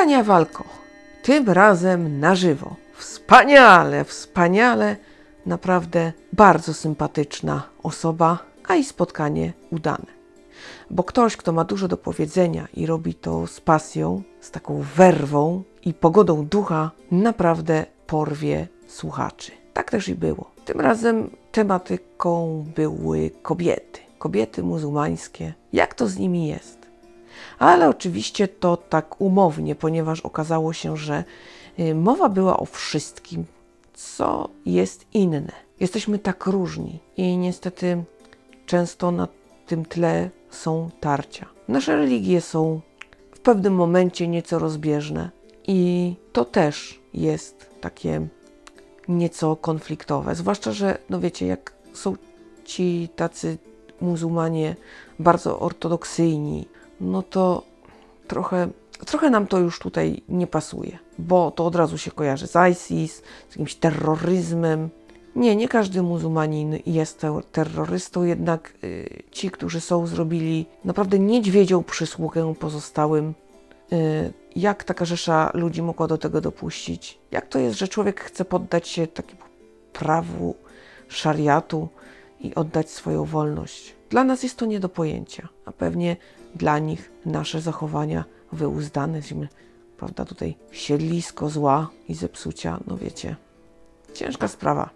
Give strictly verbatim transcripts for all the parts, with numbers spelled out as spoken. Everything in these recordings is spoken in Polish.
Tania Walko, tym razem na żywo. Wspaniale, wspaniale, naprawdę bardzo sympatyczna osoba, a i spotkanie udane. Bo ktoś, kto ma dużo do powiedzenia i robi to z pasją, z taką werwą i pogodą ducha, naprawdę porwie słuchaczy. Tak też i było. Tym razem tematyką były kobiety. Kobiety muzułmańskie. Jak to z nimi jest? Ale oczywiście to tak umownie, ponieważ okazało się, że mowa była o wszystkim, co jest inne. Jesteśmy tak różni i niestety często na tym tle są tarcia. Nasze religie są w pewnym momencie nieco rozbieżne i to też jest takie nieco konfliktowe. Zwłaszcza, że no wiecie, jak są ci tacy muzułmanie bardzo ortodoksyjni, no to trochę, trochę nam to już tutaj nie pasuje, bo to od razu się kojarzy z ISIS, z jakimś terroryzmem. Nie, nie każdy muzułmanin jest terrorystą, jednak y, ci, którzy są, zrobili naprawdę niedźwiedzią przysługę pozostałym. Y, jak taka rzesza ludzi mogła do tego dopuścić? Jak to jest, że człowiek chce poddać się takiemu prawu szariatu i oddać swoją wolność? Dla nas jest to nie do pojęcia, a pewnie dla nich nasze zachowania wyuzdane, jesteśmy, prawda, tutaj siedlisko zła i zepsucia, no wiecie, ciężka sprawa.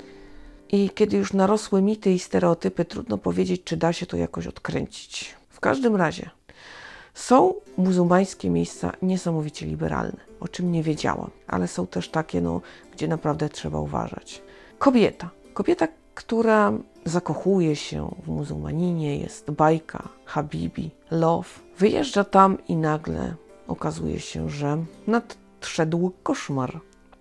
I kiedy już narosły mity i stereotypy, trudno powiedzieć, czy da się to jakoś odkręcić. W każdym razie są muzułmańskie miejsca niesamowicie liberalne, o czym nie wiedziałam, ale są też takie, no, gdzie naprawdę trzeba uważać. Kobieta. Kobieta, która zakochuje się w muzułmaninie, jest bajka, habibi, love. Wyjeżdża tam i nagle okazuje się, że nadszedł koszmar.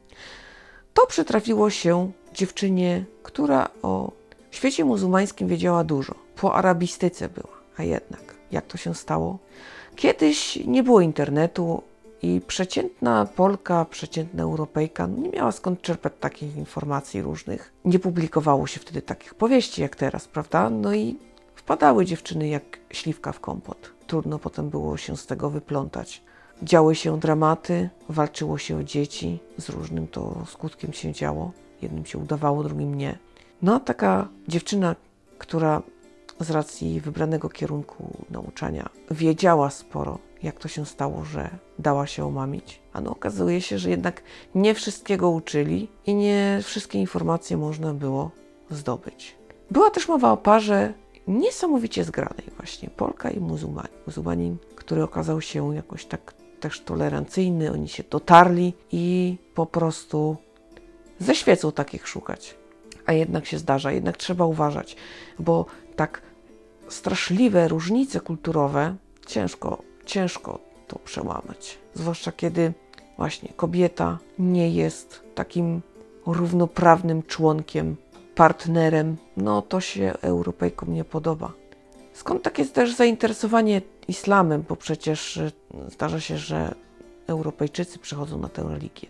To przytrafiło się dziewczynie, która o świecie muzułmańskim wiedziała dużo. Po arabistyce była, a jednak jak to się stało? Kiedyś nie było internetu i przeciętna Polka, przeciętna Europejka nie miała skąd czerpać takich informacji różnych. Nie publikowało się wtedy takich powieści jak teraz, prawda? No i wpadały dziewczyny jak śliwka w kompot. Trudno potem było się z tego wyplątać. Działy się dramaty, walczyło się o dzieci, z różnym to skutkiem się działo. Jednym się udawało, drugim nie. No taka dziewczyna, która z racji wybranego kierunku nauczania wiedziała sporo, jak to się stało, że dała się omamić. A no okazuje się, że jednak nie wszystkiego uczyli i nie wszystkie informacje można było zdobyć. Była też mowa o parze niesamowicie zgranej właśnie, Polka i muzułmanin. Muzułmanin, który okazał się jakoś tak też tolerancyjny, oni się dotarli i po prostu ze świecą takich szukać. A jednak się zdarza, jednak trzeba uważać, bo tak straszliwe różnice kulturowe ciężko, ciężko to przełamać. Zwłaszcza kiedy właśnie kobieta nie jest takim równoprawnym członkiem, partnerem, no to się Europejkom nie podoba. Skąd takie też zainteresowanie islamem, bo przecież zdarza się, że Europejczycy przychodzą na tę religię.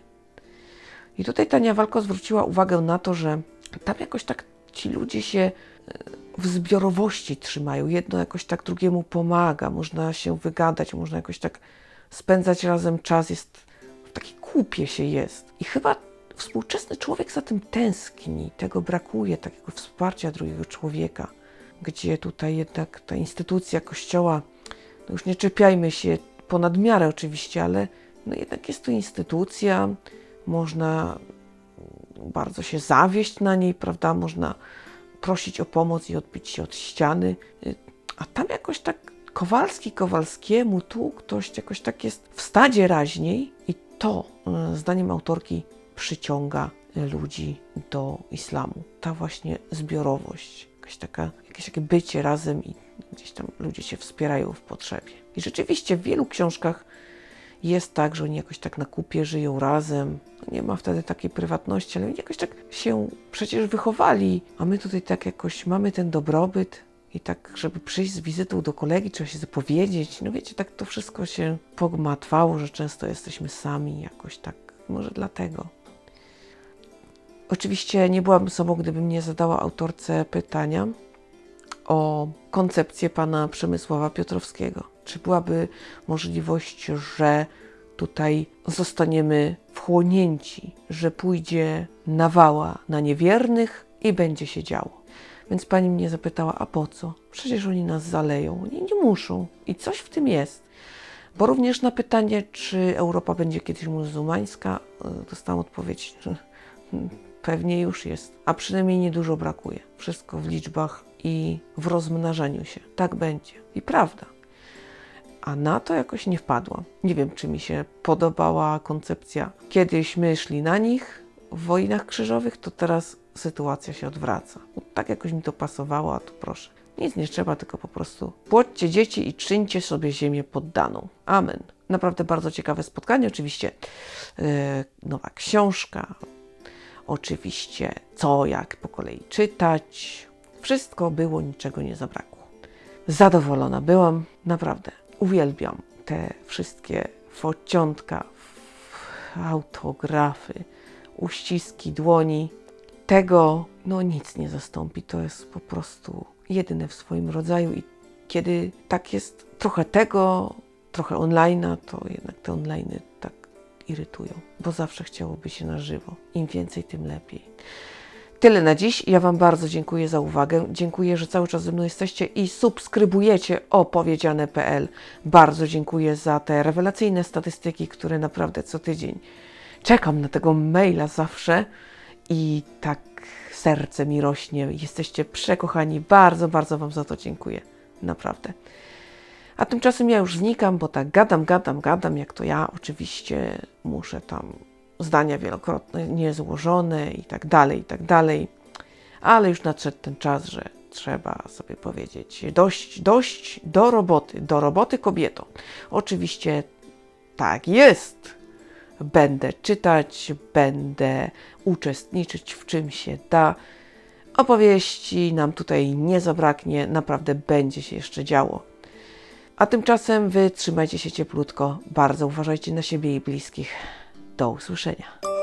I tutaj Tania Walko zwróciła uwagę na to, że tam jakoś tak ci ludzie się w zbiorowości trzymają. Jedno jakoś tak drugiemu pomaga, można się wygadać, można jakoś tak spędzać razem czas, jest w takiej kupie się jest. I chyba współczesny człowiek za tym tęskni, tego brakuje, takiego wsparcia drugiego człowieka, gdzie tutaj jednak ta instytucja Kościoła, no już nie czepiajmy się ponad miarę oczywiście, ale no jednak jest to instytucja, można bardzo się zawieść na niej, prawda, można prosić o pomoc i odbić się od ściany, a tam jakoś tak Kowalski Kowalskiemu, tu ktoś jakoś tak jest w stadzie raźniej i to, zdaniem autorki, przyciąga ludzi do islamu. Ta właśnie zbiorowość, jakaś taka, jakieś takie bycie razem i gdzieś tam ludzie się wspierają w potrzebie. I rzeczywiście w wielu książkach jest tak, że oni jakoś tak na kupie żyją razem. Nie ma wtedy takiej prywatności, ale oni jakoś tak się przecież wychowali, a my tutaj tak jakoś mamy ten dobrobyt i tak, żeby przyjść z wizytą do kolegi, trzeba się zapowiedzieć. No wiecie, tak to wszystko się pogmatwało, że często jesteśmy sami jakoś tak, może dlatego. Oczywiście nie byłabym sobą, gdybym nie zadała autorce pytania o koncepcję pana Przemysława Piotrowskiego. Czy byłaby możliwość, że tutaj zostaniemy wchłonięci, że pójdzie nawała na niewiernych i będzie się działo. Więc pani mnie zapytała, a po co? Przecież oni nas zaleją. Nie, nie muszą. I coś w tym jest. Bo również na pytanie, czy Europa będzie kiedyś muzułmańska, dostałam odpowiedź, że pewnie już jest. A przynajmniej niedużo brakuje. Wszystko w liczbach i w rozmnażaniu się. Tak będzie. I prawda. A na to jakoś nie wpadłam. Nie wiem, czy mi się podobała koncepcja. Kiedyś my szli na nich w wojnach krzyżowych, to teraz sytuacja się odwraca. Tak jakoś mi to pasowało, a tu proszę. Nic nie trzeba, tylko po prostu płodźcie dzieci i czyńcie sobie ziemię poddaną. Amen. Naprawdę bardzo ciekawe spotkanie. Oczywiście yy, nowa książka. Oczywiście co, jak po kolei czytać. Wszystko było, niczego nie zabrakło. Zadowolona byłam. Naprawdę. Uwielbiam te wszystkie fociątka, autografy, uściski dłoni. Tego no nic nie zastąpi. To jest po prostu jedyne w swoim rodzaju i kiedy tak jest trochę tego, trochę online'a, to jednak te online'y tak irytują, bo zawsze chciałoby się na żywo. Im więcej, tym lepiej. Tyle na dziś. Ja Wam bardzo dziękuję za uwagę. Dziękuję, że cały czas ze mną jesteście i subskrybujecie opowiedziane kropka p l. Bardzo dziękuję za te rewelacyjne statystyki, które naprawdę co tydzień czekam na tego maila zawsze i tak serce mi rośnie. Jesteście przekochani. Bardzo, bardzo Wam za to dziękuję. Naprawdę. A tymczasem ja już znikam, bo tak gadam, gadam, gadam, jak to ja. Oczywiście muszę tam zdania wielokrotnie niezłożone i tak dalej, i tak dalej. Ale już nadszedł ten czas, że trzeba sobie powiedzieć dość, dość, do roboty, do roboty kobieto. Oczywiście tak jest. Będę czytać, będę uczestniczyć w czym się da. Opowieści nam tutaj nie zabraknie, naprawdę będzie się jeszcze działo. A tymczasem wy trzymajcie się cieplutko, bardzo uważajcie na siebie i bliskich. Do usłyszenia.